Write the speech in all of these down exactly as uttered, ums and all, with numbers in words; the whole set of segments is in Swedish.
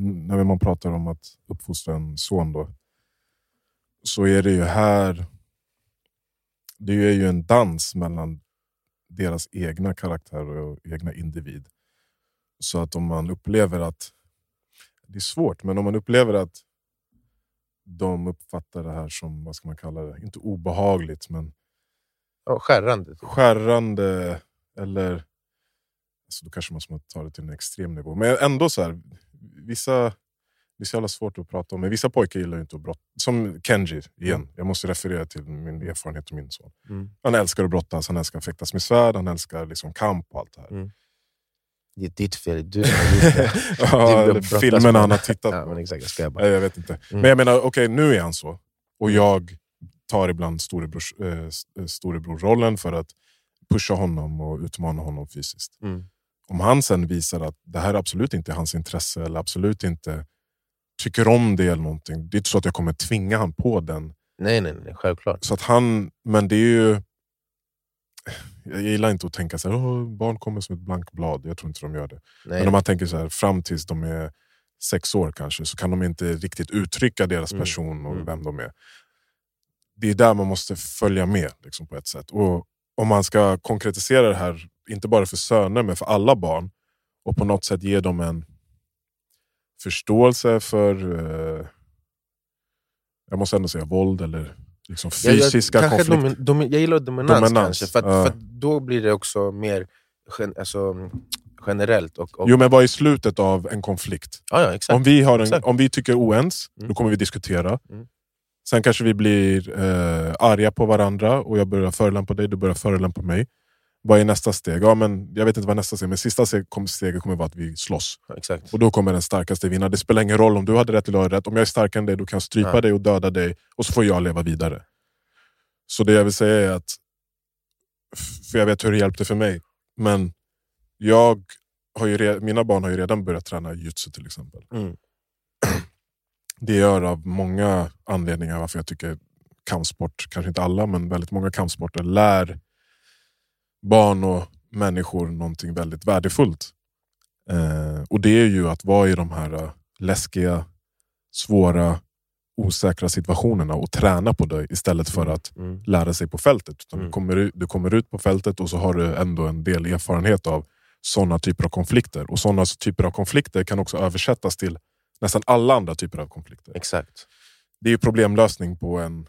när man pratar om att uppfostra en son då, så är det ju här, det är ju en dans mellan deras egna karaktärer och egna individ. Så att om man upplever att, det är svårt, men om man upplever att de uppfattar det här som, vad ska man kalla det, inte obehagligt, men ja, skärrande. Skärrande, eller alltså då kanske man måste ta det till en extrem nivå. Men ändå så här, vissa, det är så jävla svårt att prata om, men vissa pojkar gillar ju inte att brotta. Som Kenji, igen. Mm. Jag måste referera till min erfarenhet och min son. Mm. Han älskar att brottas, han älskar att fäktas med svärd, han älskar liksom kamp och allt det här. Mm. Det är ditt fel, du som har gjort det. Ja, filmerna han har tittat på. Ja, men exakt, jag ska bara. Jag vet inte. Mm. Men jag menar, okej, okay, nu är han så. Och jag tar ibland storebrors, äh, storebrorrollen för att pusha honom och utmana honom fysiskt. Mm. Om han sen visar att det här absolut inte är hans intresse eller absolut inte tycker om det eller någonting, det är inte så att jag kommer tvinga han på den. Nej, nej, nej, självklart. Så att han, men det är ju, jag gillar inte att tänka så här, oh, barn kommer som ett blankt blad. Jag tror inte de gör det. Nej. Men om man tänker så här, fram tills de är sex år kanske, så kan de inte riktigt uttrycka deras person mm. och mm. vem de är. Det är där man måste följa med liksom, på ett sätt. Och om man ska konkretisera det här, inte bara för söner men för alla barn, och på något sätt ge dem en förståelse för eh, jag måste ändå säga våld eller liksom fysiska jag, jag, konflikter. Domin, domin, jag gillar dominans, dominans. kanske, för att, ja. för att då blir det också mer gen, alltså, generellt. Och, och... Jo, men vad är slutet av en konflikt? Ja, ja, exakt. Om, vi har en, exakt. om vi tycker oens, mm. då kommer vi diskutera. Mm. Sen kanske vi blir eh, arga på varandra och jag börjar förolämpa dig, du börjar förolämpa mig. Vad är nästa steg? Ja, men jag vet inte vad nästa steg är, men sista steget kommer vara att vi slåss. Ja, exakt. Och då kommer den starkaste vinna. Det spelar ingen roll om du hade rätt eller rätt. Om jag är starkare än dig, då kan jag strypa ja. dig och döda dig. Och så får jag leva vidare. Så det jag vill säga är att, för jag vet hur det hjälpte för mig, men jag har ju, mina barn har ju redan börjat träna jutsu till exempel. Mm. Det gör av många anledningar varför jag tycker kampsport, kanske inte alla, men väldigt många kampsporter lär barn och människor någonting väldigt värdefullt. Eh, och det är ju att vara i de här uh, läskiga, svåra, osäkra situationerna och träna på det istället för att mm. lära sig på fältet. Utan mm. du, kommer ut, du kommer ut på fältet och så har du ändå en del erfarenhet av sådana typer av konflikter. Och sådana typer av konflikter kan också översättas till nästan alla andra typer av konflikter. Exakt. Det är ju problemlösning på en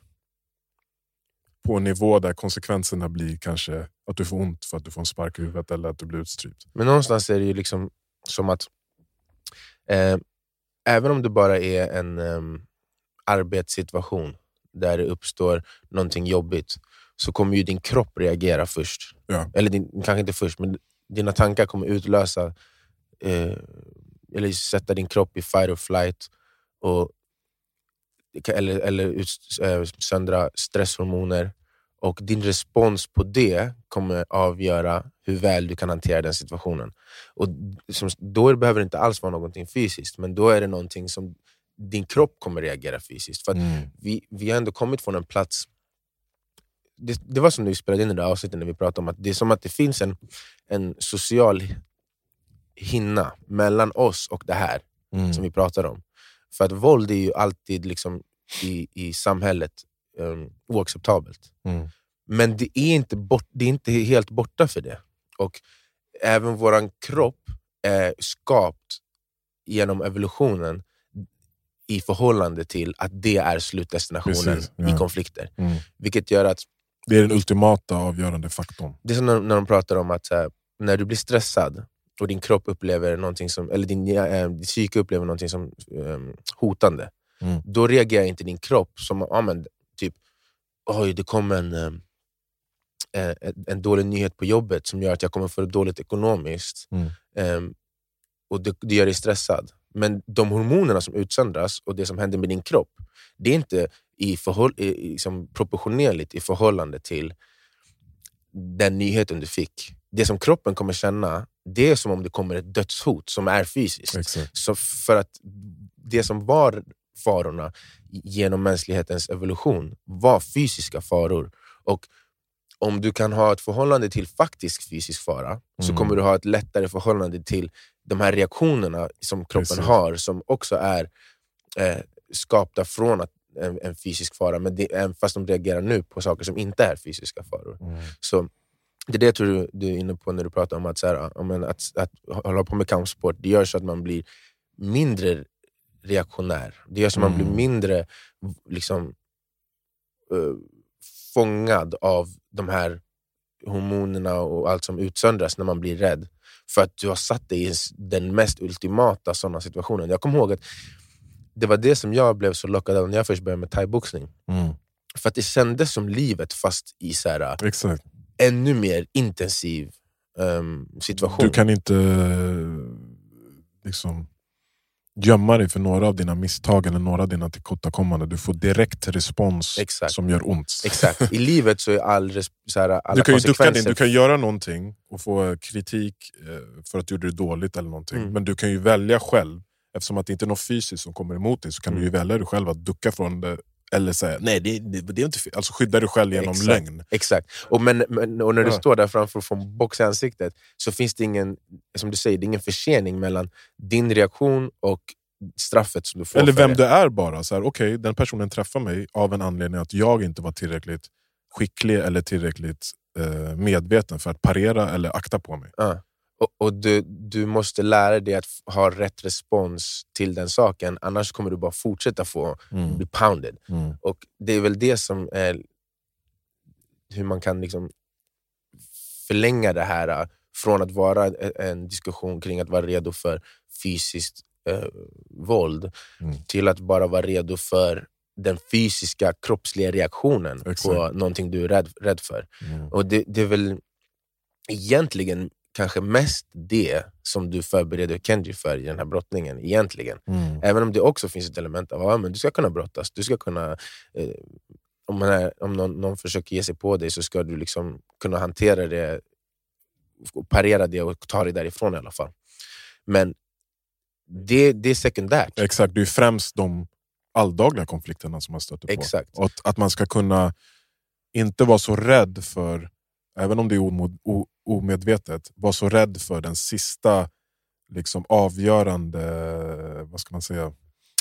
på en nivå där konsekvenserna blir kanske att du får ont för att du får en spark i huvudet eller att du blir utstrypt. Men någonstans är det ju liksom som att eh, även om det bara är en eh, arbetssituation där det uppstår någonting jobbigt, så kommer ju din kropp reagera först. Ja. Eller din, kanske inte först, men dina tankar kommer utlösa eh, eller sätta din kropp i fight or flight och eller, eller ut, äh, söndra stresshormoner, och din respons på det kommer avgöra hur väl du kan hantera den situationen. Och som, då behöver det inte alls vara någonting fysiskt, men då är det någonting som din kropp kommer reagera fysiskt. För att mm. vi, vi har ändå kommit från en plats, det, det var som när vi spelade in i det avsnittet när vi pratade om att det är som att det finns en, en social hinna mellan oss och det här mm. som vi pratar om. För att våld är ju alltid liksom i, i samhället um, oacceptabelt. Mm. Men det är, inte bort, det är inte helt borta för det. Och även våran kropp är skapt genom evolutionen i förhållande till att det är slutdestinationen. Precis, ja. I konflikter. Mm. Vilket gör att det är den ultimata avgörande faktorn. Det är som när, när de pratar om att så här, när du blir stressad och din kropp upplever någonting som, eller din, äh, din psyke upplever någonting som um, hotande, mm. då reagerar inte din kropp som, ja men typ, oj det kommer en, äh, en dålig nyhet på jobbet som gör att jag kommer få det dåligt ekonomiskt, mm. um, och det, det gör dig stressad. Men de hormonerna som utsöndras och det som händer med din kropp, det är inte i förhåll, i, liksom proportionerligt i förhållande till den nyheten du fick. Det som kroppen kommer känna, det är som om det kommer ett dödshot som är fysiskt. Exakt. Så för att det som var farorna genom mänsklighetens evolution var fysiska faror. Och om du kan ha ett förhållande till faktisk fysisk fara, mm. så kommer du ha ett lättare förhållande till de här reaktionerna som kroppen Precis. har, som också är eh, skapta från att, en, en fysisk fara, men det, även fast de reagerar nu på saker som inte är fysiska faror. Mm. Så det är det jag tror du, du är inne på när du pratar om att, så här, om en, att, att hålla på med kampsport. Det gör så att man blir mindre reaktionär. Det gör så att Mm. man blir mindre liksom uh, fångad av de här hormonerna och allt som utsöndras när man blir rädd. För att du har satt dig i den mest ultimata sådana situationen. Jag kommer ihåg att det var det som jag blev så lockad av när jag först började med thai-boxning. Mm. För att det kändes som livet fast i så här, Exakt. ännu mer intensiv um, situation. Du kan inte liksom gömma dig för några av dina misstag eller några av dina tillkortakommanden. Du får direkt respons. Exakt. Som gör ont. Exakt. I livet så är all res- så här, alla du kan ju ducka konsekvenser... din, du kan göra någonting och få kritik eh, för att du gjorde det dåligt eller någonting. Mm. Men du kan ju välja själv. Eftersom att det inte är något fysiskt som kommer emot dig, så kan Mm. du ju välja dig själv att ducka från det. Eller säga, nej det, det, det är inte fel. Alltså skydda dig själv genom Exakt. lögn. Exakt. Och, men, men, och när du Ja. står där framför och får en box i ansiktet, så finns det ingen, som du säger, det är ingen försening mellan din reaktion och straffet som du får. Eller för vem det. du är bara. Så här, okej, den personen träffar mig av en anledning att jag inte var tillräckligt skicklig eller tillräckligt eh, medveten för att parera eller akta på mig. Ja. Och, och du, du måste lära dig att f- ha rätt respons till den saken, annars kommer du bara fortsätta få Mm. bli pounded. Mm. Och det är väl det som är hur man kan liksom förlänga det här äh, från att vara en, en diskussion kring att vara redo för fysiskt äh, våld Mm. till att bara vara redo för den fysiska kroppsliga reaktionen. Exakt. På någonting du är rädd, rädd för. Mm. Och det, det är väl egentligen kanske mest det som du förbereder Kenji för i den här brottningen egentligen. Mm. Även om det också finns ett element av att ja, men du ska kunna brottas, du ska kunna eh, om, man är, om någon, någon försöker ge sig på dig, så ska du liksom kunna hantera det och parera det och ta dig därifrån i alla fall. Men det, det är sekundärt. Exakt, det är främst de alldagliga konflikterna som man stöter på. Exakt. Och att, att man ska kunna inte vara så rädd för, även om det är omod, o, omedvetet, vara så rädd för den sista liksom avgörande, vad ska man säga,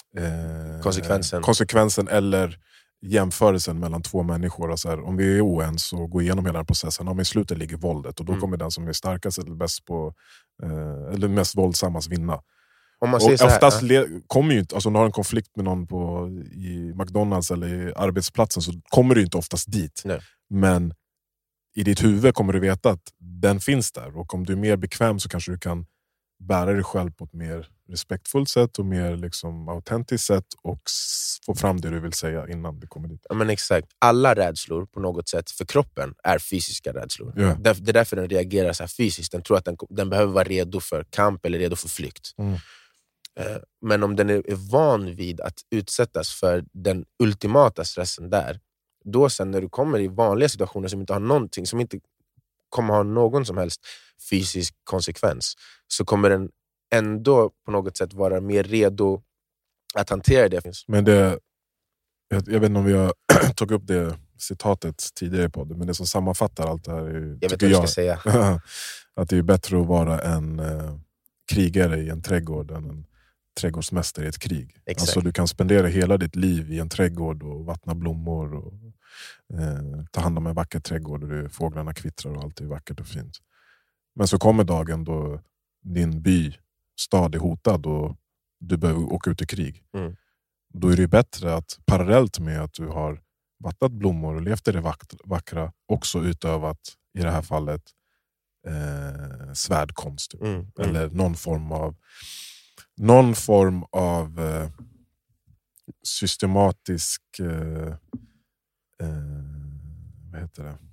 eh, Konsekvensen. konsekvensen eller jämförelsen mellan två människor. Alltså här, om vi är oens och går igenom hela den processen, om i slutet ligger våldet, och då Mm. kommer den som är starkast eller bäst på eh, eller mest våldsammast vinna. Om man Och säger så här, oftast ja. le- kommer ju inte, alltså om du har en konflikt med någon på, i McDonalds eller i arbetsplatsen, så kommer du inte oftast dit. Nej. Men i ditt huvud kommer du veta att den finns där, och om du är mer bekväm så kanske du kan bära dig själv på ett mer respektfullt sätt och mer liksom autentiskt sätt och s- få fram det du vill säga innan du kommer dit. Ja, men exakt. Alla rädslor på något sätt för kroppen är fysiska rädslor. Ja. Där, det är därför den reagerar så här fysiskt. Den tror att den, den behöver vara redo för kamp eller redo för flykt. Mm. Eh, Men om den är, är van vid att utsättas för den ultimata stressen där, då sen när du kommer i vanliga situationer som inte har någonting, som inte kommer ha någon som helst fysisk konsekvens, så kommer den ändå på något sätt vara mer redo att hantera det. Men det, jag, jag vet inte om vi har tagit upp det citatet tidigare på det, men det som sammanfattar allt det här är, Jag vet tycker vad jag, du ska säga. att det är bättre att vara en eh, krigare i en trädgård än en trädgårdsmästare i ett krig. Exakt. Alltså du kan spendera hela ditt liv i en trädgård och vattna blommor och eh, ta hand om en vacker trädgård och det, fåglarna kvittrar och allt är vackert och fint. Men så kommer dagen då din by, stad är hotad och du behöver åka ut i krig. Mm. Då är det bättre att parallellt med att du har vattnat blommor och levt i det vackra, också utövat i det här fallet eh, svärdkonst. Typ. Mm. Mm. Eller någon form av någon form av eh, systematisk eh, eh, vad heter det?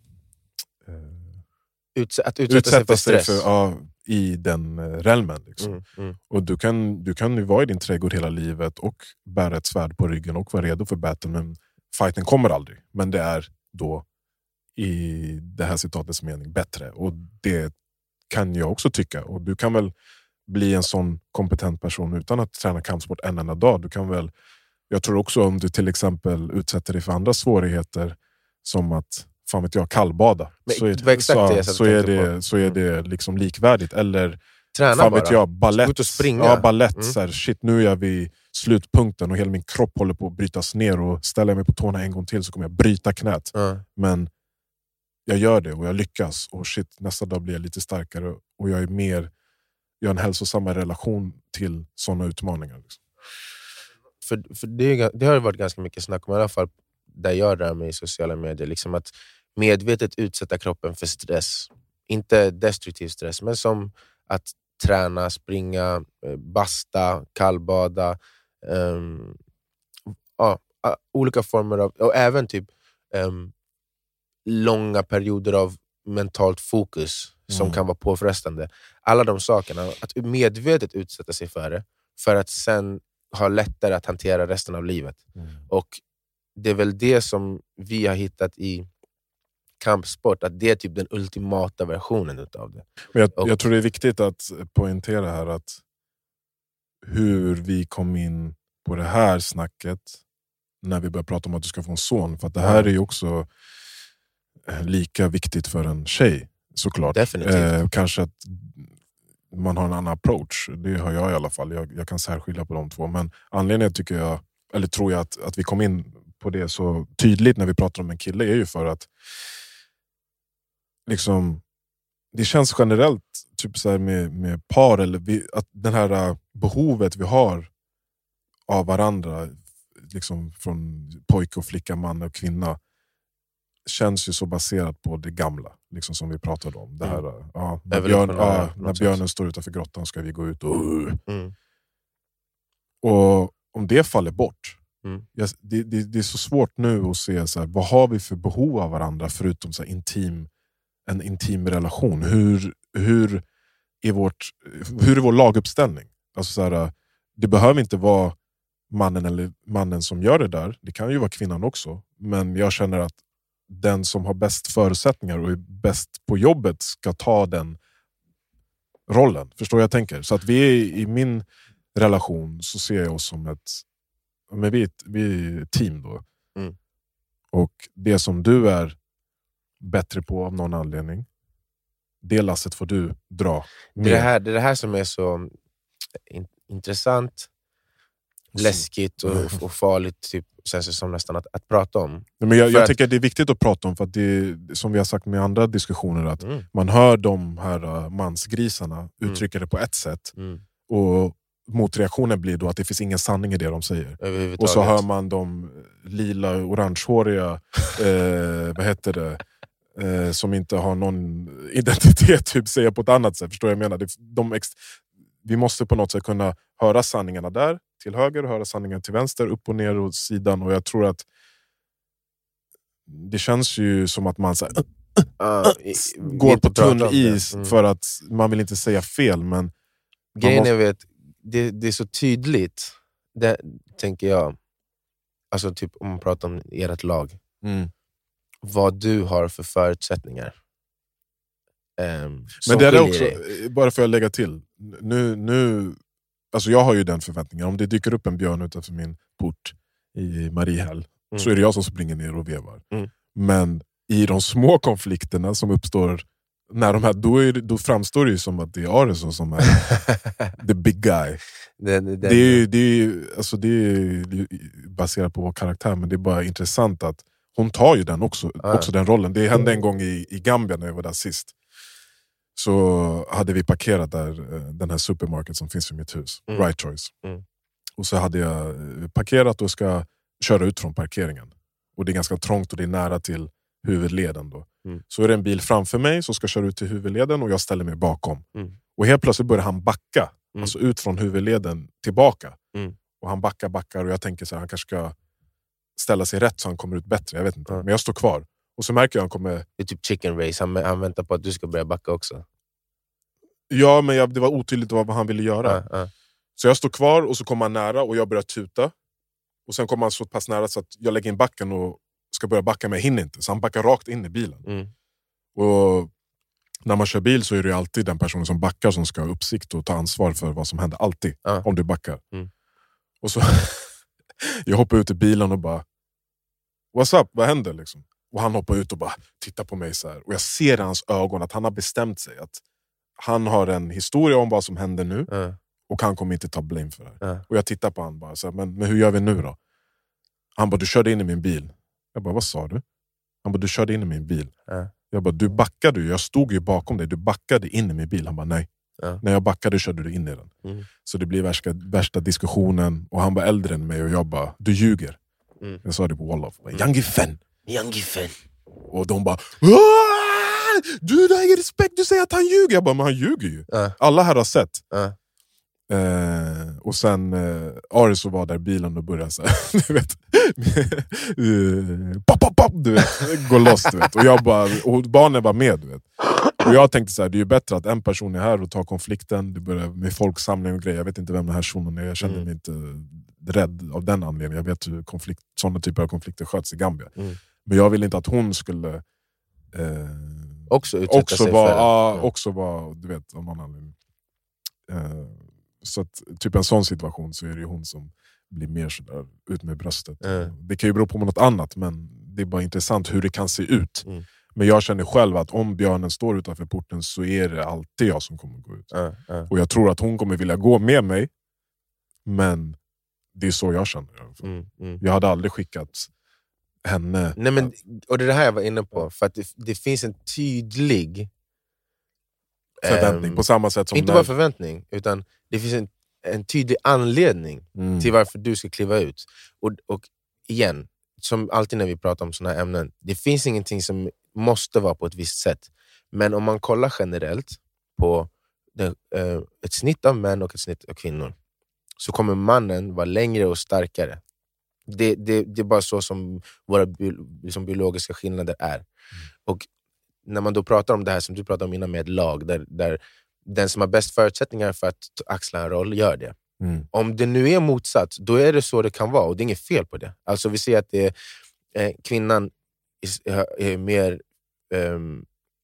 Eh, Utse- att utsätta, utsätta sig för stress. för, ja, i den eh, realmen. Liksom. Mm. Mm. Och du kan, du kan ju vara i din trädgård hela livet och bära ett svärd på ryggen och vara redo för battle, men fighten kommer aldrig. Men det är då i det här citatets mening bättre. Och det kan jag också tycka. Och du kan väl bli en sån kompetent person utan att träna kampsport en enda dag. Du kan väl, jag tror också om du till exempel utsätter dig för andra svårigheter, som att fan vet jag, kallbada, Men så är, det var exakt så, det jag så är tänkte det, på. så är det liksom likvärdigt. Eller Träna fan bara. vet jag, ballett. Ut och springa. Ja, ballett. Mm. Så här, shit, nu är jag vid slutpunkten och hela min kropp håller på att brytas ner, och ställer jag mig på tårna en gång till så kommer jag bryta knät. Mm. Men jag gör det och jag lyckas, och shit, nästa dag blir jag lite starkare och jag är mer, jag har en hälsosamma relation till sådana utmaningar. Liksom. För, för det, det har varit ganska mycket snack om, i alla fall där jag rör mig i sociala medier, liksom att medvetet utsätta kroppen för stress. Inte destruktiv stress, men som att träna, springa, basta, kallbada, um, ja, olika former av, och även typ um, långa perioder av mentalt fokus som mm. kan vara påfrestande. Alla de sakerna, att medvetet utsätta sig för det, för att sen ha lättare att hantera resten av livet. Mm. Och det är väl det som vi har hittat i kampsport, att det är typ den ultimata versionen utav det. Men jag, och, jag tror det är viktigt att poängtera här att hur vi kom in på det här snacket när vi började prata om att du ska få en son, för att det här är ju också lika viktigt för en tjej, såklart. Definitivt. Eh, kanske att man har en annan approach, det har jag i alla fall. Jag, jag kan särskilja på de två, men anledningen tycker jag, eller tror jag att, att vi kom in på det så tydligt när vi pratar om en kille är ju för att liksom, det känns generellt typ så här med, med par, eller vi, att den här behovet vi har av varandra, liksom från pojke och flicka, man och kvinna, känns ju så baserat på det gamla, liksom som vi pratade om. Det här, mm. ja, när, björn, ja, när björnen står utanför grottan ska vi gå ut och... Mm. Och om det faller bort, mm. jag, det, det, det är så svårt nu att se så här, vad har vi för behov av varandra förutom så här, intim, en intim relation. Hur, hur, är vårt, hur är vår laguppställning? Alltså så här, det behöver inte vara mannen eller mannen som gör det där. Det kan ju vara kvinnan också. Men jag känner att den som har bäst förutsättningar och är bäst på jobbet ska ta den rollen. Förstår jag tänker? Så att vi är i min relation, så ser jag oss som ett, men vi är ett, vi är ett team då. Mm. Och det som du är bättre på av någon anledning, det lasset får du dra. Det är det här, det är det här som är så in, intressant, läskigt och, och farligt, typ, känns det som nästan att, att prata om. Men jag, jag tycker att det är viktigt att prata om, för att det, som vi har sagt med andra diskussioner, att mm. man hör de här mansgrisarna uttrycka det på ett sätt, mm. och motreaktionen blir då att det finns ingen sanning i det de säger. Och så hör man de lila, orangehåriga eh, vad heter det, eh, som inte har någon identitet, typ, säga på ett annat sätt. Förstår jag menar? Det, de ex- vi måste på något sätt kunna höra sanningarna där till höger och höra sanningen till vänster, upp och ner och sidan. Och jag tror att det känns ju som att man så här, uh, går på tunn is mm. för att man vill inte säga fel, men grejen måste... är vet, det, det är så tydligt, det tänker jag, alltså typ om man pratar om ert lag, mm. vad du har för förutsättningar. Um, men det är också, dig. Bara för att lägga till, nu, nu alltså jag har ju den förväntningen, om det dyker upp en björn utanför min port i Mariehäll, mm. så är det jag som springer ner och vevar. Mm. Men i de små konflikterna som uppstår när de här, då, är, då framstår det ju som att det är Aresson som är the big guy. Det, det, det, det, är, det, är, alltså det är baserat på vår karaktär, men det är bara intressant att hon tar ju den också, ah. också den rollen. Det hände en gång i, i Gambia när jag var där sist. Så hade vi parkerat där, den här supermarket som finns vid mitt hus, mm. Right Choice. Mm. Och så hade jag parkerat och ska köra ut från parkeringen. Och det är ganska trångt och det är nära till huvudleden då. Mm. Så är det en bil framför mig som ska köra ut till huvudleden och jag ställer mig bakom. Mm. Och helt plötsligt börjar han backa, mm. alltså ut från huvudleden tillbaka. Mm. Och han backar, backar och jag tänker så här, han kanske ska ställa sig rätt så han kommer ut bättre, jag vet inte. Mm. Men jag står kvar. Och så märker jag att han kommer... Det är typ chicken race, han, han väntar på att du ska börja backa också. Ja, men jag, det var otydligt vad han ville göra. Uh, uh. Så jag står kvar och så kommer han nära och jag börjar tuta. Och sen kommer han så pass nära så att jag lägger in backen och ska börja backa, men jag hinner inte. Så han backar rakt in i bilen. Mm. Och när man kör bil så är det ju alltid den personen som backar som ska ha uppsikt och ta ansvar för vad som händer. Alltid, uh. om du backar. Mm. Och så jag hoppar ut i bilen och bara, what's up, vad händer liksom? Och han hoppar ut och bara tittar på mig så här. Och jag ser i hans ögon att han har bestämt sig att han har en historia om vad som händer nu. Uh. Och han kommer inte ta blame för det. Uh. Och jag tittar på han bara, så här, men, men hur gör vi nu då? Han bara, du körde in i min bil. Jag bara, vad sa du? Han bara, du körde in i min bil. Uh. Jag bara, du backade ju. Jag stod ju bakom dig. Du backade in i min bil. Han bara, nej. Uh. När jag backade körde du in i den. Mm. Så det blir värsta, värsta diskussionen. Och han var äldre än mig och jag bara, du ljuger. Mm. Jag sa det på Wolof. Young Fan. Young Fan. Och de bara, du, du har ingen respekt. Du säger att han ljuger. Jag bara, men han ljuger ju. Uh. Alla här har sett. Uh. Eh, och sen eh, Aris var där i bilen och började så här, du vet, uh, pop, pop, pop, du vet, gå loss, du vet. Och jag bara, och barnen var med, du vet. Och jag tänkte så här, det är ju bättre att en person är här och tar konflikten. Det börjar med folksamling och grejer. Jag vet inte vem den här personen är. Jag känner mig mm. inte rädd av den anledningen. Jag vet hur konflikt, sådana typer av konflikter sköts i Gambia. Mm. Men jag ville inte att hon skulle eh, också utsätta också sig var, för det. Ja, mm. också var, du vet, av någon anledning. Eh, Så att, typ en sån situation så är det ju hon som blir mer sådär ut med bröstet. Mm. Det kan ju bero på något annat, men det är bara intressant hur det kan se ut. Mm. Men jag känner själv att om björnen står utanför porten så är det alltid jag som kommer gå ut. Mm. Mm. Och jag tror att hon kommer vilja gå med mig, men det är så jag känner. Mm. Mm. Jag hade aldrig skickat henne. Nej, men, och det är det här jag var inne på, för att det, det finns en tydlig förväntning, um, på samma sätt som inte bara förväntning, utan det finns en, en tydlig anledning mm. till varför du ska kliva ut. Och, och igen, som alltid när vi pratar om såna här ämnen, det finns ingenting som måste vara på ett visst sätt. Men om man kollar generellt på det, eh, ett snitt av män och ett snitt av kvinnor, så kommer mannen vara längre och starkare. Det, det, det är bara så som våra bi, liksom biologiska skillnader är. Mm. Och när man då pratar om det här som du pratade om innan med ett lag, där, där den som har bäst förutsättningar för att axla en roll gör det. Mm. Om det nu är motsatt, då är det så det kan vara, och det är inget fel på det. Alltså vi ser att det är, eh, kvinnan är, är mer um,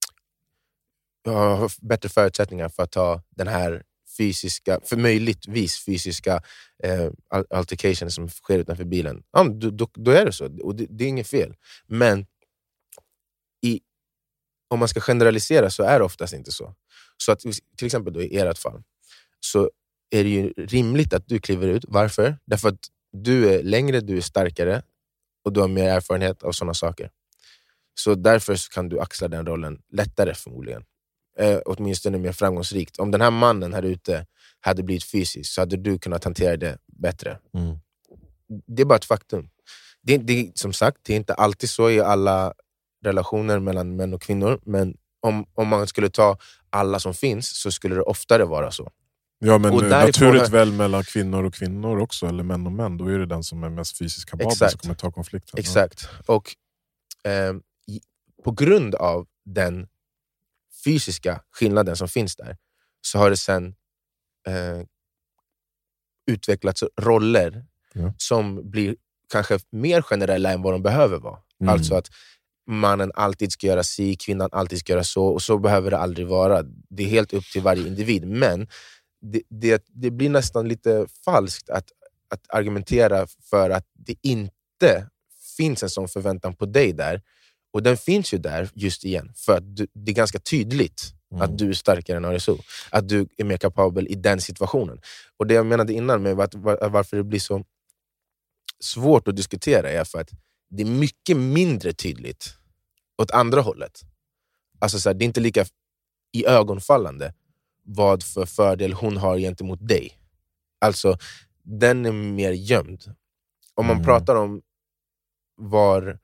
har bättre förutsättningar för att ta den här fysiska, för möjligtvis fysiska eh, altercation som sker utanför bilen. Ja, då, då, då är det så, och det, det är inget fel. Men i om man ska generalisera så är det oftast inte så. Så att till exempel då i ert fall så är det ju rimligt att du kliver ut. Varför? Därför att du är längre, du är starkare och du har mer erfarenhet av sådana saker. Så därför så kan du axla den rollen lättare förmodligen. Eh, åtminstone mer framgångsrikt. Om den här mannen här ute hade blivit fysisk så hade du kunnat hantera det bättre. Mm. Det är bara ett faktum. Det, det, som sagt, det är inte alltid så i alla relationer mellan män och kvinnor, men om, om man skulle ta alla som finns så skulle det oftare vara så. Ja, men naturligt väl mellan kvinnor och kvinnor också, eller män och män, då är det den som är mest fysiskt kapabel som kommer ta konflikten. Exakt, och eh, på grund av den fysiska skillnaden som finns där så har det sen eh, utvecklats roller ja. som blir kanske mer generella än vad de behöver vara. Mm. Alltså att mannen alltid ska göra si, kvinnan alltid ska göra så, och så behöver det aldrig vara. Det är helt upp till varje individ, men det, det, det blir nästan lite falskt att, att argumentera för att det inte finns en sån förväntan på dig där, och den finns ju där just igen för att du, det är ganska tydligt mm. att du är starkare än Arisu, att du är mer kapabel i den situationen. Och det jag menade innan med var, var, varför det blir så svårt att diskutera är för att det är mycket mindre tydligt åt andra hållet. Alltså så här, det är inte lika i ögonfallande vad för fördel hon har gentemot dig. Alltså, den är mer gömd. Om man mm. pratar om var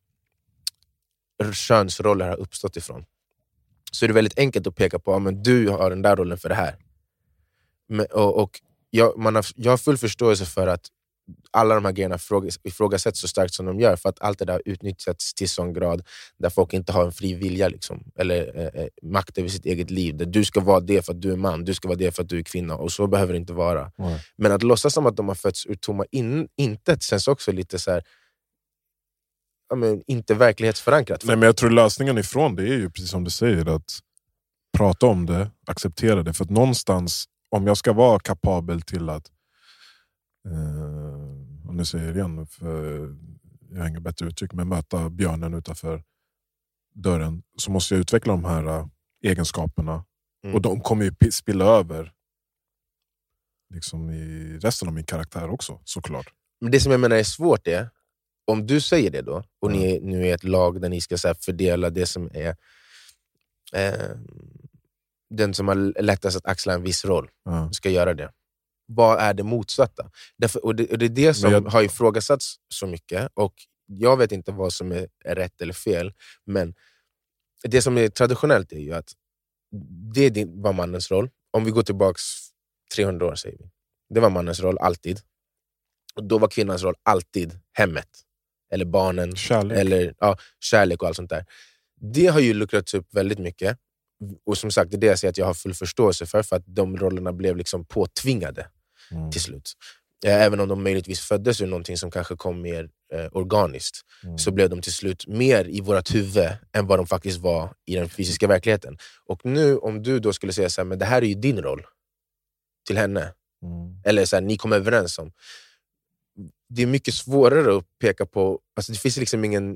könsroller har uppstått ifrån, så är det väldigt enkelt att peka på, ja, men du har den där rollen för det här. Men, och, och jag, man har, jag har full förståelse för att alla de här grejerna ifrågasätts så starkt som de gör, för att allt det där utnyttjats till sån grad där folk inte har en fri vilja liksom, eller eh, makt över sitt eget liv, där du ska vara det för att du är man, du ska vara det för att du är kvinna, och så behöver det inte vara. Mm. Men att låtsas som att de har fötts ur tomma in, intet känns också lite så här, ja, men inte verklighetsförankrat. Nej, men jag tror lösningen ifrån det är ju precis som du säger, att prata om det, acceptera det, för att någonstans, om jag ska vara kapabel till att Uh, och nu säger jag igen, för jag har inget bättre uttryck, men möta björnen utanför dörren, så måste jag utveckla de här uh, egenskaperna Mm. Och de kommer ju spilla över liksom i resten av min karaktär också, såklart. Men det som jag menar är svårt är, om du säger det då, och mm. ni nu är ett lag där ni ska så här, fördela det som är eh, den som har lättast att axla en viss roll, mm. ska göra det. Vad är det motsatta? Därför, och, det, och det är det som jag... har ifrågasatts så mycket, och jag vet inte vad som är, är rätt eller fel, men det som är traditionellt är ju att det var mannens roll. Om vi går tillbaks trehundra år, säger vi. Det var mannens roll, alltid. Och då var kvinnans roll alltid hemmet. Eller barnen. Kärlek. Eller ja, kärlek och allt sånt där. Det har ju luckrats upp väldigt mycket. Och som sagt, det är det jag säger att jag har full förståelse för. För att de rollerna blev liksom påtvingade mm. till slut. Även om de möjligtvis föddes ur någonting som kanske kom mer eh, organiskt. Mm. Så blev de till slut mer i vårat huvud än vad de faktiskt var i den fysiska verkligheten. Och nu, om du då skulle säga så här, men det här är ju din roll till henne. Mm. Eller så här, ni kommer överens om. Det är mycket svårare att peka på, alltså det finns liksom ingen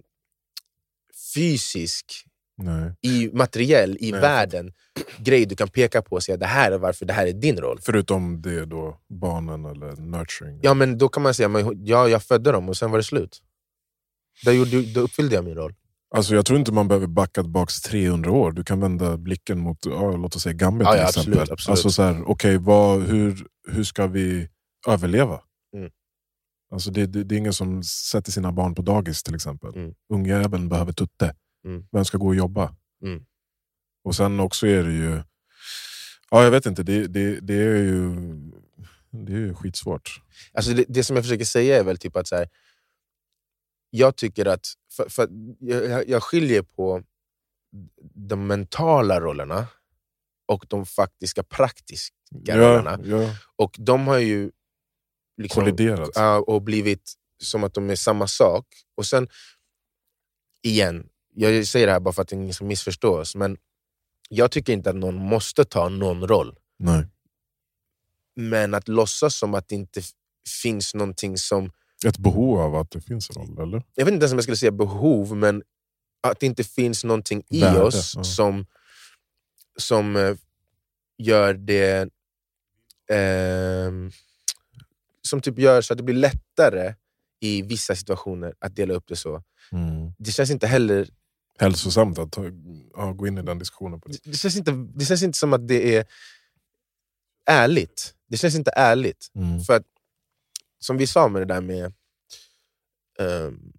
fysisk Nej. i materiell, i Nej. världen grej du kan peka på och säga det här är varför det här är din roll. Förutom det då, barnen eller nurturing. Ja, men då kan man säga, men, ja, jag födde dem och sen var det slut. Då, gjorde, då uppfyllde jag min roll. Alltså jag tror inte man behöver backa tillbaka trehundra år. Du kan vända blicken mot, ja, låt oss säga Gambia till ja, ja, exempel. Absolut, absolut. Alltså så här, okej, okay, hur, hur ska vi överleva? Mm. Alltså det, det, det är ingen som sätter sina barn på dagis till exempel. Mm. Ungjäveln behöver tutte. Mm. Vem ska gå och jobba? Mm. Och sen också är det ju, ja jag vet inte, det, det, det är ju det är ju skitsvårt. Alltså det, det som jag försöker säga är väl typ att så här, jag tycker att för, för jag, jag skiljer på de mentala rollerna och de faktiska praktiska ja, rollerna. Ja. Och de har ju liksom, kolliderat uh, och blivit som att de är samma sak. Och sen igen, jag säger det här bara för att ingen ska missförstås, men jag tycker inte att någon måste ta någon roll. Nej. Men att låtsas som att det inte f- finns någonting som... Ett behov av att det finns en roll, eller? Jag vet inte ens om jag skulle säga behov, men att det inte finns någonting i Värde, oss ja. som, som uh, gör det... Uh, som typ gör så att det blir lättare i vissa situationer att dela upp det så. Mm. Det känns inte heller... hälsosamt att ta, ja, gå in i den diskussionen. På det. Det, känns inte, det känns inte som att det är ärligt. Det känns inte ärligt. Mm. För att, som vi sa med det där med um,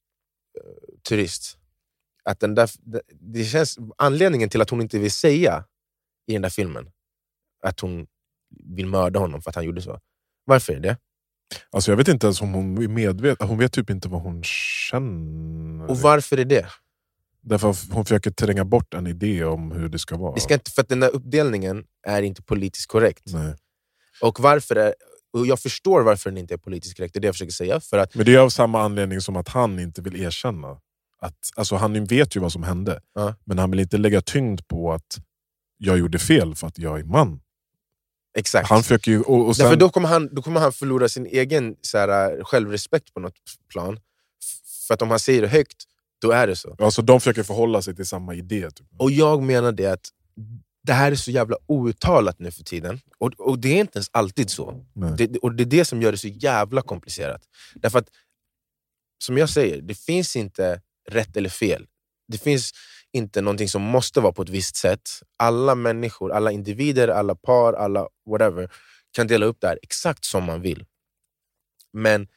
turist, att den där, det känns, anledningen till att hon inte vill säga i den där filmen att hon vill mörda honom för att han gjorde så. Varför är det? Alltså jag vet inte ens om hon är medveten. Hon vet typ inte vad hon känner. Och varför är det? Därför att hon försöker tränga bort en idé om hur det ska vara. Det ska inte, för att den där uppdelningen är inte politiskt korrekt. Nej. Och varför är, och jag förstår varför den inte är politiskt korrekt. Det är det jag försöker säga. För att, men det är av samma anledning som att han inte vill erkänna. Att, alltså han vet ju vad som hände. Uh. Men han vill inte lägga tyngd på att jag gjorde fel för att jag är man. Exakt. Han försöker ju, och, och sen... Därför då kommer, han, då kommer han förlora sin egen så här, självrespekt på något plan. För att om han säger det högt, då är det så. Alltså de försöker förhålla sig till samma idé. Typ. Och jag menar det att det här är så jävla outtalat nu för tiden. Och, och det är inte ens alltid så. Det, och det är det som gör det så jävla komplicerat. Därför att, som jag säger, det finns inte rätt eller fel. Det finns inte någonting som måste vara på ett visst sätt. Alla människor, alla individer, alla par, alla whatever kan dela upp det här exakt som man vill. Men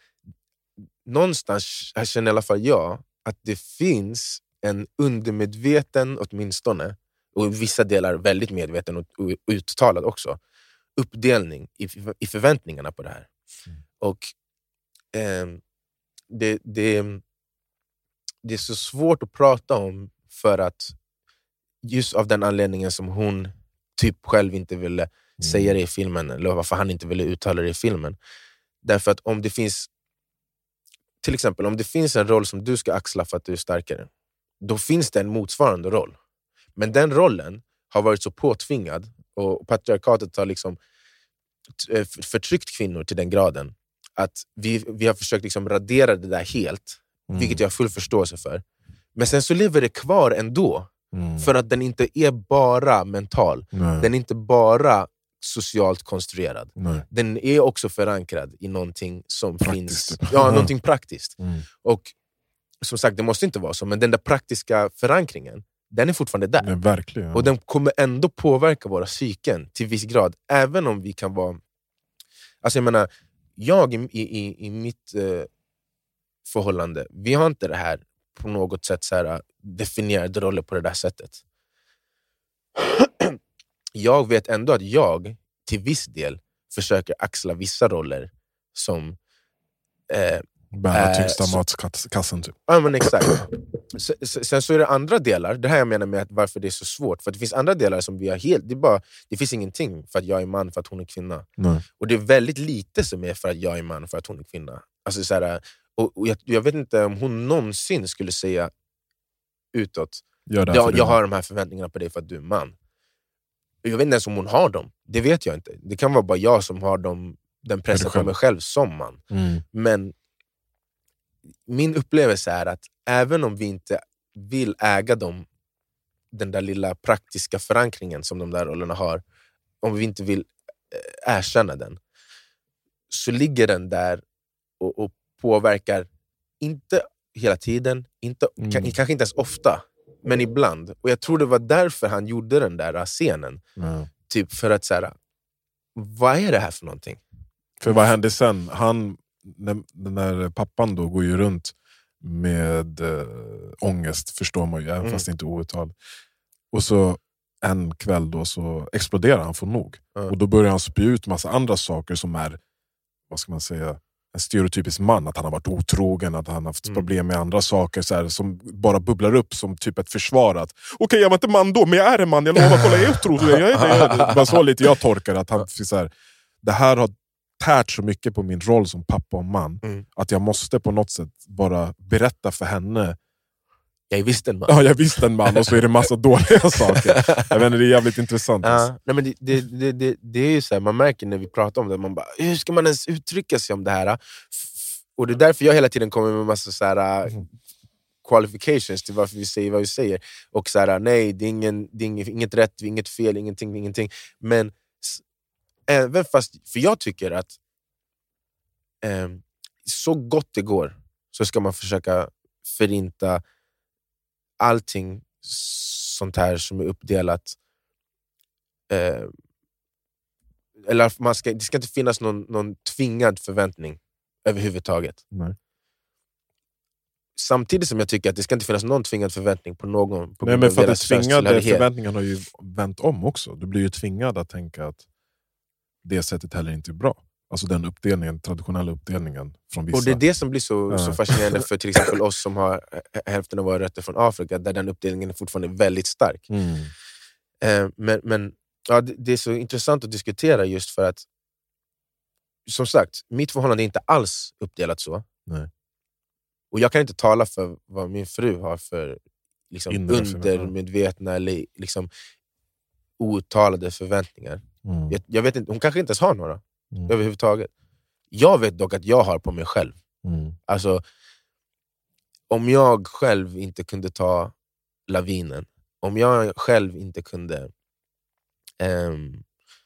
någonstans känner i alla fall jag att det finns en undermedveten, åtminstone, och i vissa delar väldigt medveten och uttalad också, uppdelning i, i förväntningarna på det här. Mm. Och eh, det, det, det är så svårt att prata om för att just av den anledningen som hon typ själv inte ville mm. säga det i filmen, eller varför han inte ville uttala det i filmen. Därför att om det finns, till exempel om det finns en roll som du ska axla för att du är starkare, då finns det en motsvarande roll. Men den rollen har varit så påtvingad och patriarkatet har liksom förtryckt kvinnor till den graden att vi, vi har försökt liksom radera det där helt, mm. vilket jag har full förståelse för. Men sen så lever det kvar ändå. Mm. För att den inte är bara mental. Nej. Den är inte bara socialt konstruerad. Nej. Den är också förankrad i någonting som praktiskt. finns. Ja, någonting praktiskt. Mm. Och som sagt, det måste inte vara så, men den där praktiska förankringen, den är fortfarande där. Ja, verkligen, ja. Och den kommer ändå påverka våra psyken till viss grad. Även om vi kan vara... Alltså jag menar, jag i, i, i mitt eh, förhållande, vi har inte det här på något sätt så här, definierade roller på det där sättet. Jag vet ändå att jag till viss del försöker axla vissa roller som... Eh, Bära tyngsta äh, matkassen typ. Ja men exakt. Sen, sen så är det andra delar. Det här jag menar med att varför det är så svårt. För det finns andra delar som vi har helt... Det, är bara, det finns ingenting för att jag är man för att hon är kvinna. Nej. Och det är väldigt lite som är för att jag är man för att hon är kvinna. Alltså så här, och, och jag, jag vet inte om hon någonsin skulle säga utåt, jag, jag har de här förväntningarna på dig för att du är man. Jag vet inte ens om hon har dem. Det vet jag inte. Det kan vara bara jag som har dem, den pressen på mig själv som man. Mm. Men min upplevelse är att även om vi inte vill äga dem, den där lilla praktiska förankringen som de där rollerna har, om vi inte vill erkänna den, så ligger den där och, och påverkar, inte hela tiden, inte, mm. k- kanske inte ens ofta, men ibland. Och jag tror det var därför han gjorde den där scenen. Mm. Typ för att så här, vad är det här för någonting? För vad hände sen? Han, den där pappan då går ju runt med äh, ångest, förstår man ju, även mm. fast det inte är outtal. Och så en kväll då så exploderar han, får nog. Mm. Och då börjar han spy ut massa andra saker som är, vad ska man säga, en stereotypisk man. Att han har varit otrogen, att han har haft mm. problem med andra saker så här, som bara bubblar upp som typ ett försvar. Okej, okay, jag var inte man då, men jag är en man. Jag lovar, kolla, jag är otrogen. Jag är det. Jag, bara så lite jag torkar. Att han, så här, det här har tärt så mycket på min roll som pappa och man. Mm. Att jag måste på något sätt bara berätta för henne. Jag är visst en man. Ja, jag visste en man och så är det massa dåliga saker. Jag menar, det är jävligt intressant. Ja, nej, men det, det, det, det, det är ju så här, man märker när vi pratar om det, man bara, hur ska man ens uttrycka sig om det här? Och det är därför jag hela tiden kommer med massa så här, mm. qualifications till varför vi säger vad vi säger. Och så här, nej, det är, ingen, det är inget, inget rätt, inget fel, ingenting, ingenting. Men även fast, för jag tycker att eh, så gott det går så ska man försöka förinta allting sånt här som är uppdelat. Eh, eller man ska, det ska inte finnas någon, någon tvingad förväntning överhuvudtaget. Nej. Samtidigt som jag tycker att det ska inte finnas någon tvingad förväntning på någon. På Nej, men för att tvingade förväntningarna har ju vänt om också. Du blir ju tvingad att tänka att det sättet heller inte är bra. Alltså den uppdelningen, traditionella uppdelningen från vissa. Och det är det som blir så, ja. så fascinerande för till exempel oss som har hälften av våra rötter från Afrika, där den uppdelningen är fortfarande väldigt stark. Mm. Eh, men men ja, det, det är så intressant att diskutera just för att, som sagt, mitt förhållande är inte alls uppdelat så. Nej. Och jag kan inte tala för vad min fru har för liksom, undermedvetna eller liksom, outtalade förväntningar. Mm. Jag, jag vet inte, hon kanske inte ens har några mm. överhuvudtaget. Jag vet dock att jag har på mig själv. Mm. Alltså, om jag själv inte kunde ta lavinen, om jag själv inte kunde um,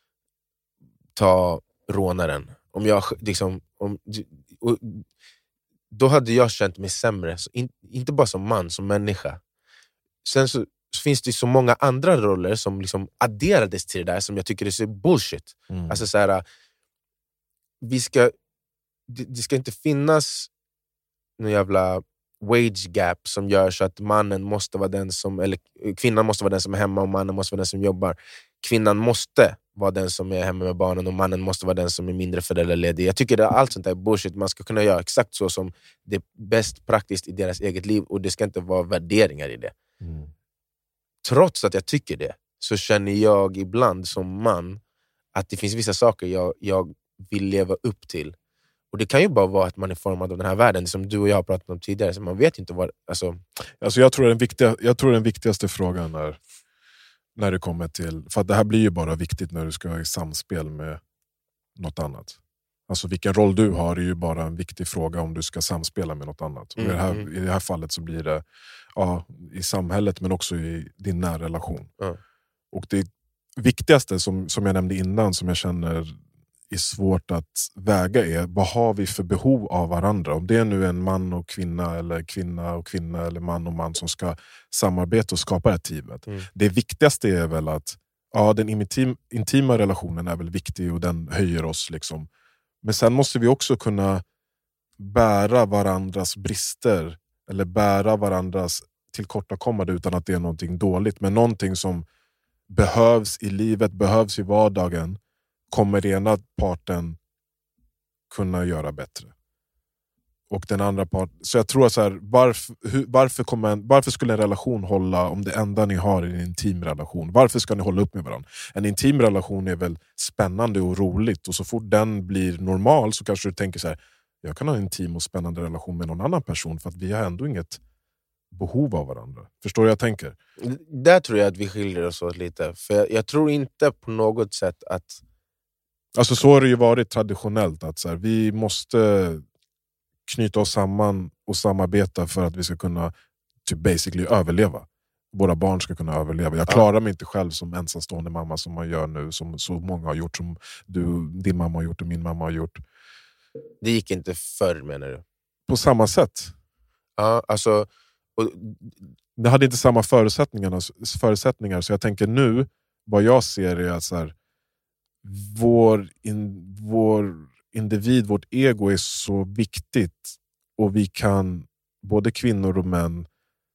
ta rånaren, om jag liksom, om, och, då hade jag känt mig sämre, så in, inte bara som man, som människa. Sen så, så finns det så många andra roller som liksom adderades till det där som jag tycker är så bullshit. Mm. Alltså så här, vi ska, det, det ska inte finnas någon jävla wage gap som gör så att mannen måste vara den som, eller kvinnan måste vara den som är hemma och mannen måste vara den som jobbar. Kvinnan måste vara den som är hemma med barnen och mannen måste vara den som är mindre föräldraledig. Jag tycker att allt sånt där är bullshit. Man ska kunna göra exakt så som det är bäst praktiskt i deras eget liv, och det ska inte vara värderingar i det. Mm. Trots att jag tycker det, så känner jag ibland som man att det finns vissa saker jag, jag vill leva upp till. Och det kan ju bara vara att man är formad av den här världen, som du och jag har pratat om tidigare. Så man vet inte vad... Alltså... Alltså jag, tror den viktiga, jag tror den viktigaste frågan är när det kommer till... För att det här blir ju bara viktigt när du ska ha i samspel med något annat. Alltså vilken roll du har är ju bara en viktig fråga om du ska samspela med något annat. Mm. I, det här, I det här fallet så blir det ja, i samhället men också i din närrelation. Mm. Och det viktigaste som, som jag nämnde innan som jag känner är svårt att väga är vad har vi för behov av varandra? Om det är nu en man och kvinna eller kvinna och kvinna eller man och man som ska samarbeta och skapa det här teamet. Mm. Det viktigaste är väl att ja, den intim, intima relationen är väl viktig och den höjer oss liksom. Men sen måste vi också kunna bära varandras brister eller bära varandras tillkortakommande utan att det är någonting dåligt. Men någonting som behövs i livet, behövs i vardagen kommer ena parten kunna göra bättre. Och den andra parten... Så jag tror så här, varför, hur, varför, kommer en, varför skulle en relation hålla om det enda ni har är en intim relation? Varför ska ni hålla upp med varandra? En intim relation är väl spännande och roligt och så fort den blir normal så kanske du tänker så här, jag kan ha en intim och spännande relation med någon annan person för att vi har ändå inget behov av varandra. Förstår du vad jag tänker? Där tror jag att vi skiljer oss åt lite. För jag, jag tror inte på något sätt att... Alltså så har det ju varit traditionellt att så här, vi måste knyta oss samman och samarbeta för att vi ska kunna typ basically överleva. Våra barn ska kunna överleva. Jag klarar mig inte själv som ensamstående mamma som man gör nu, som så många har gjort, som du, din mamma har gjort och min mamma har gjort. Det gick inte förr, menar du? På samma sätt. Ja, alltså... Och... Det hade inte samma förutsättningar, förutsättningar så jag tänker nu, vad jag ser är att så här, vår, in, vår individ, vårt ego är så viktigt och vi kan, både kvinnor och män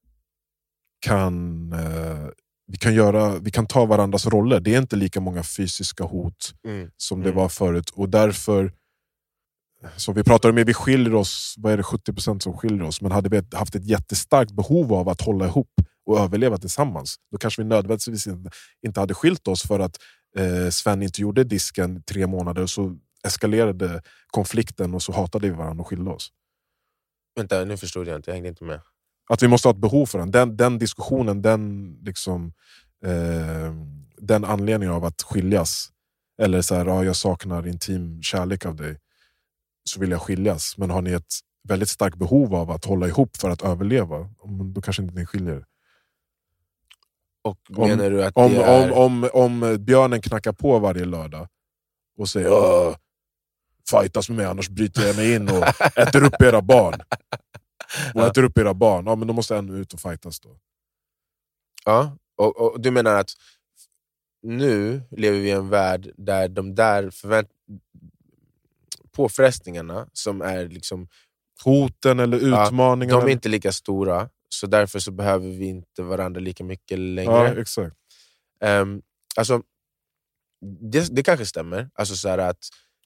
kan eh, vi kan göra, vi kan ta varandras roller. Det är inte lika många fysiska hot mm. som det mm. var förut och därför som vi pratade med, vi skiljer oss, vad är det, sjuttio procent som skiljer oss, men hade vi haft ett jättestarkt behov av att hålla ihop och överleva tillsammans, då kanske vi nödvändigtvis inte hade skilt oss för att eh, Sven inte gjorde disken tre månader och så eskalerade konflikten och så hatade vi varandra och skilde oss. Vänta, nu förstod jag inte, jag hängde inte med. Att vi måste ha ett behov för den, den, den diskussionen, den liksom eh, den anledningen av att skiljas eller så här, ja, jag saknar intim kärlek av dig, så vill jag skiljas. Men har ni ett väldigt starkt behov av att hålla ihop för att överleva, då kanske inte ni skiljer. Och menar om, du att om, det är... om, om, om björnen knackar på varje lördag och säger Åh, fightas med mig annars bryter jag mig in och äter upp era barn. Och äter upp era barn. Ja, men då måste en ut och fightas då. Ja, och, och du menar att nu lever vi i en värld där de där förvänt... påfrestningarna som är liksom hoten eller utmaningarna, ja, de är inte lika stora, så därför så behöver vi inte varandra lika mycket längre. Ja, exakt. Um, alltså det, det kanske stämmer, alltså så här att,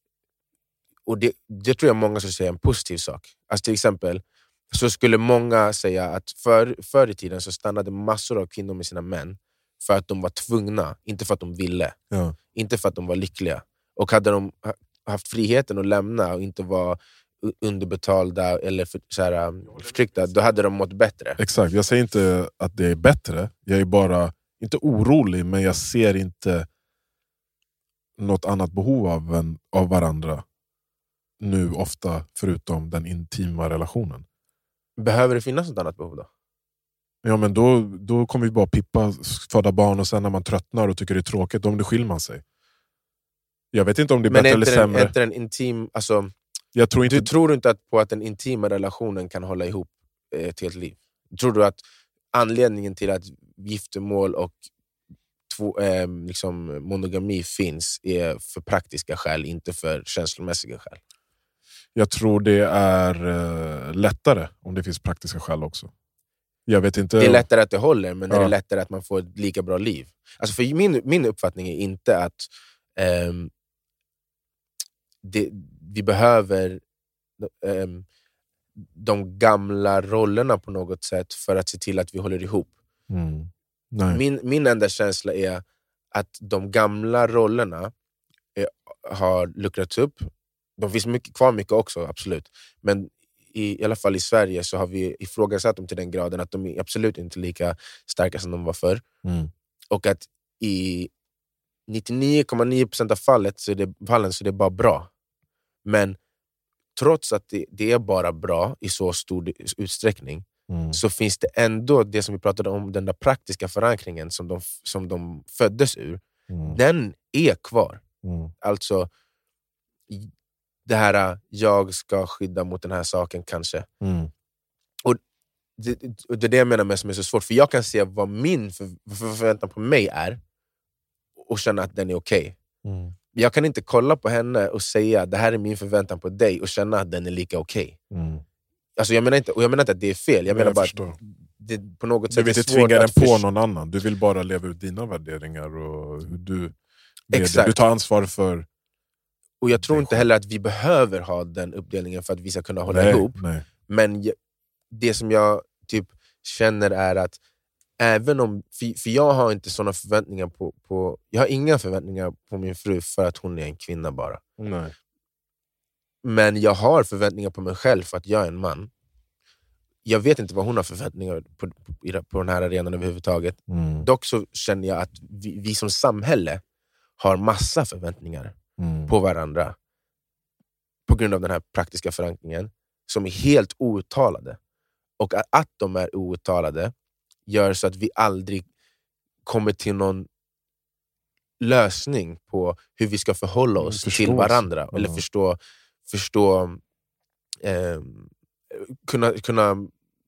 och det, det tror jag många skulle säga är en positiv sak. Alltså till exempel så skulle många säga att för, förr i tiden så stannade massor av kvinnor med sina män för att de var tvungna, inte för att de ville, ja. Inte för att de var lyckliga, och hade de haft friheten att lämna och inte vara underbetalda eller för, så här, förtryckta, då hade de mått bättre. Exakt, jag säger inte att det är bättre. Jag är bara inte orolig, men jag ser inte något annat behov av, en, av varandra nu ofta, förutom den intima relationen. Behöver det finnas något annat behov då? Ja, men då, då kommer vi bara pippa, föda barn och sen när man tröttnar och tycker det är tråkigt, då skiljer man sig. Jag vet inte om det är men bättre är eller den, sämre. Men är inte en intim... Alltså, jag tror inte... Du tror inte att på att den intima relationen kan hålla ihop ett helt liv? Tror du att anledningen till att giftermål och två, eh, liksom monogami finns är för praktiska skäl, inte för känslomässiga skäl? Jag tror det är eh, lättare om det finns praktiska skäl också. Jag vet inte. Det är lättare att det håller, men ja. Är det lättare att man får ett lika bra liv? Alltså för min, min uppfattning är inte att Um, det, vi behöver um, de gamla rollerna på något sätt för att se till att vi håller ihop. Mm. Nej. Min, min enda känsla är att de gamla rollerna är, har luckrats upp. De finns mycket, kvar mycket också, absolut. Men i, i alla fall i Sverige så har vi ifrågasatt dem till den graden att de är absolut inte lika starka som de var förr. Mm. Och att i nittionio komma nio procent av fallet så är det, fallen så är det bara bra. Men trots att det, det är bara bra i så stor utsträckning, mm. så finns det ändå det som vi pratade om, den där praktiska förankringen som de, som de föddes ur. Mm. Den är kvar. Mm. Alltså det här, jag ska skydda mot den här saken kanske. Mm. Och det, det är det jag menar med som är så svårt. För jag kan se vad min för, för förväntan på mig är och känna att den är okej. Okay. Mm. Jag kan inte kolla på henne och säga det här är min förväntan på dig och känna att den är lika okej. Okay. Mm. Alltså jag menar inte, och jag menar inte att det är fel. Jag menar jag bara förstår. Att det på något sätt du vill inte tvinga den på någon annan. Du vill bara leva ut dina värderingar och hur du, du tar ansvar för. Och jag tror inte heller att vi behöver ha den uppdelningen för att vi ska kunna hålla nej, ihop. Nej. Men det som jag typ känner är att även om, för, för jag har inte såna förväntningar på, på, jag har inga förväntningar på min fru för att hon är en kvinna bara. Nej. Men jag har förväntningar på mig själv för att jag är en man. Jag vet inte vad hon har förväntningar på, på, på den här arenan överhuvudtaget. Mm. Dock så känner jag att vi, vi som samhälle har massa förväntningar mm. på varandra på grund av den här praktiska förankringen som är helt outtalade. Och att, att de är outtalade gör så att vi aldrig kommer till någon lösning på hur vi ska förhålla oss Förstås. till varandra. Mm. Eller förstå, förstå eh, kunna, kunna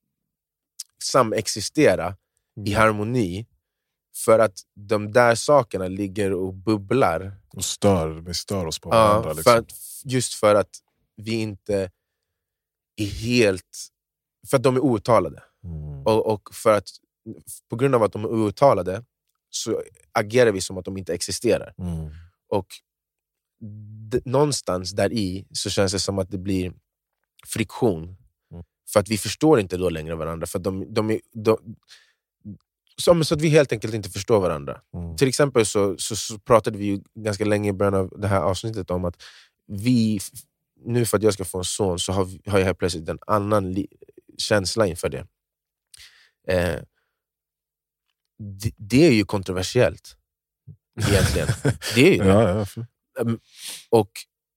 samexistera mm. i harmoni. För att de där sakerna ligger och bubblar. Och stör, vi stör oss på varandra. Ja, liksom. för att, just för att vi inte är helt... För att de är outtalade. Mm. Och, och för att på grund av att de är outtalade så agerar vi som att de inte existerar. Mm. Och d- någonstans där i så känns det som att det blir friktion. Mm. För att vi förstår inte då längre varandra. För att de, de är... De, Så, så att vi helt enkelt inte förstår varandra. Mm. Till exempel så, så, så pratade vi ju ganska länge i början av det här avsnittet om att vi, nu för att jag ska få en son så har, vi, har jag helt plötsligt en annan li, känsla inför det. Eh, det. Det är ju kontroversiellt egentligen. Det är ju det. Ja, ja. Um, och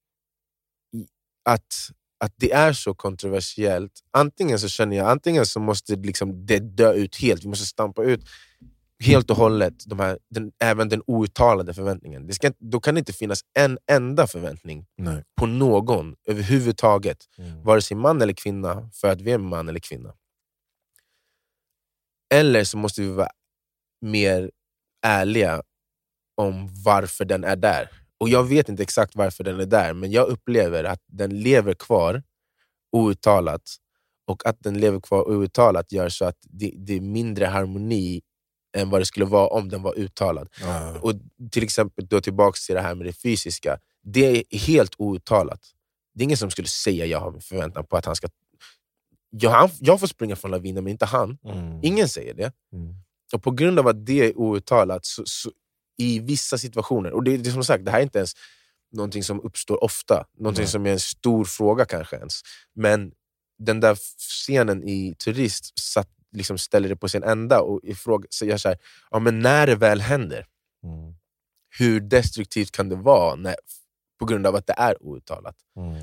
att... att det är så kontroversiellt, antingen så känner jag, antingen så måste liksom det dö ut helt, vi måste stampa ut helt och hållet de här, den, även den outtalade förväntningen. Det ska, då kan det inte finnas en enda förväntning Nej. på någon överhuvudtaget, mm. vare sig man eller kvinna, för att vi är man eller kvinna. Eller så måste vi vara mer ärliga om varför den är där. Och jag vet inte exakt varför den är där, men jag upplever att den lever kvar outtalat. Och att den lever kvar outtalat gör så att det, det är mindre harmoni än vad det skulle vara om den var uttalad. Mm. Och till exempel då tillbaka till det här med det fysiska. Det är helt outtalat. Det är ingen som skulle säga jag har förväntan på att han ska... Jag, han, jag får springa från lavinen men inte han. Mm. Ingen säger det. Mm. Och på grund av att det är outtalat så... så i vissa situationer, och det, det är som sagt, det här är inte ens någonting som uppstår ofta, någonting Nej. som är en stor fråga kanske ens, men den där scenen i Turist satt, liksom ställer det på sin ända och ifråga, så jag så här, ja men när det väl händer, mm. hur destruktivt kan det vara när, på grund av att det är outtalat? Mm.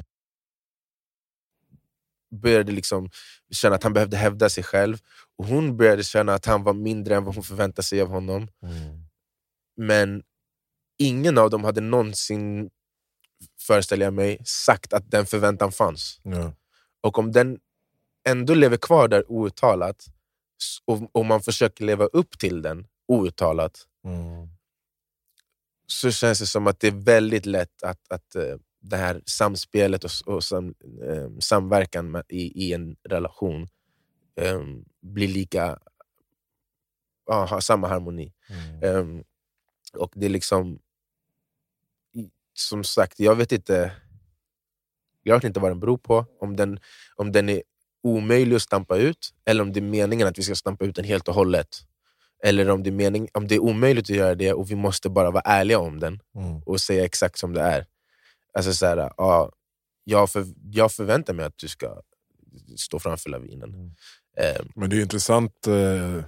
Började liksom känna att han behövde hävda sig själv, och hon började känna att han var mindre än vad hon förväntade sig av honom. Mm. Men ingen av dem hade någonsin, föreställer jag mig, sagt att den förväntan fanns. Ja. Och om den ändå lever kvar där outtalat, och, och man försöker leva upp till den outtalat, mm. så känns det som att det är väldigt lätt att, att uh, det här samspelet och, och sam, um, samverkan med, i, i en relation um, blir lika, uh, har samma harmoni. Mm. Um, Och det är liksom, som sagt, jag vet inte jag vet inte vad den beror på, om den, om den är omöjlig att stampa ut, eller om det är meningen att vi ska stampa ut den helt och hållet, eller om det är, mening, om det är omöjligt att göra det och vi måste bara vara ärliga om den mm. och säga exakt som det är. Alltså så här, ja, jag, för, jag förväntar mig att du ska stå framför lavinen. Mm. Eh, Men det är intressant. Eh...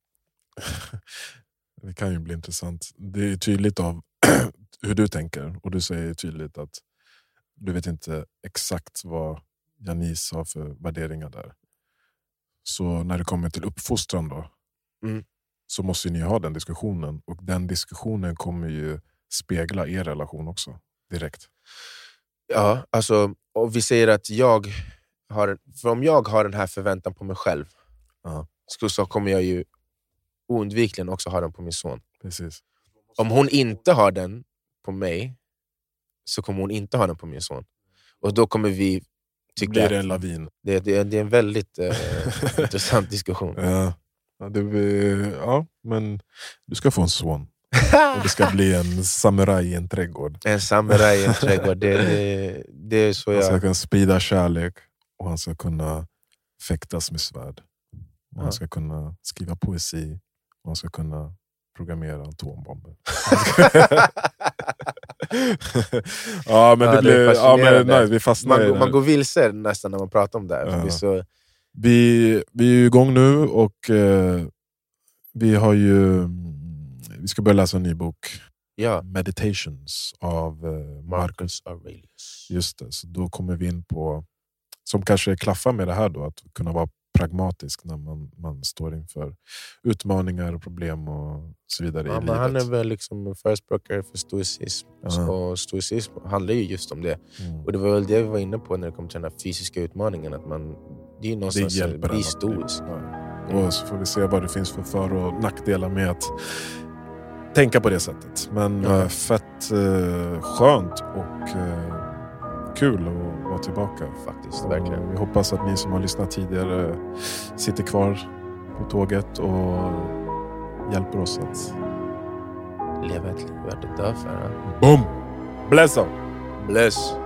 Det kan ju bli intressant. Det är tydligt av hur du tänker. Och du säger tydligt att Du vet inte exakt vad Janice har för värderingar där. Så när det kommer till uppfostran då, Mm. så måste ni ha den diskussionen. Och den diskussionen kommer ju spegla er relation också, direkt. Ja, alltså, och vi säger att jag har, för om jag har den här förväntan på mig själv, Ja. så, så kommer jag ju oundvikligen också ha den på min son. Precis. Om hon inte har den på mig, så kommer hon inte ha den på min son. Och då kommer vi tycka... Blir det en lavin? Det, det, det är en väldigt eh, intressant diskussion. Ja. Ja, det blir, ja, men du ska få en son. Och det ska bli en samuraj i en trädgård. En samuraj i en trädgård. Det, det, det är så Han ska jag... kunna sprida kärlek. Och han ska kunna fäktas med svärd. Och Ja. han ska kunna skriva poesi. Och han ska kunna programmera atombomber. Ja, men Ja, det det är blir... Ja, men fascinerande. nej, vi fastnar Man, i går- det man här. går vilse nästan när man pratar om det här. Ja. Det är så, Vi, vi är ju igång nu och eh, vi har ju... Vi ska börja läsa en ny bok. ja, Meditations av eh, Marcus. Marcus Aurelius. Just det, så då kommer vi in på... Som kanske klaffar med det här då. Att kunna vara pragmatisk när man, man står inför utmaningar och problem och så vidare Ja, i men livet. han är väl liksom en förespråkare för stoicism. Ja. Och stoicism handlar ju just om det. Mm. Och det var väl det vi var inne på när det kom till den här fysiska utmaningen. Att man, det är ju Det någonstans hjälper att bli en att bli- stoisk. Ja. Och så får vi se vad det finns för för- och nackdelar med att tänka på det sättet. Men Ja. eh, fett eh, skönt och eh, kul att vara tillbaka. Faktiskt, Och verkligen. vi hoppas att ni som har lyssnat tidigare sitter kvar på tåget och hjälper oss att... Leva ett liv värt att dö för. Ja. Boom! Bless up! Bless.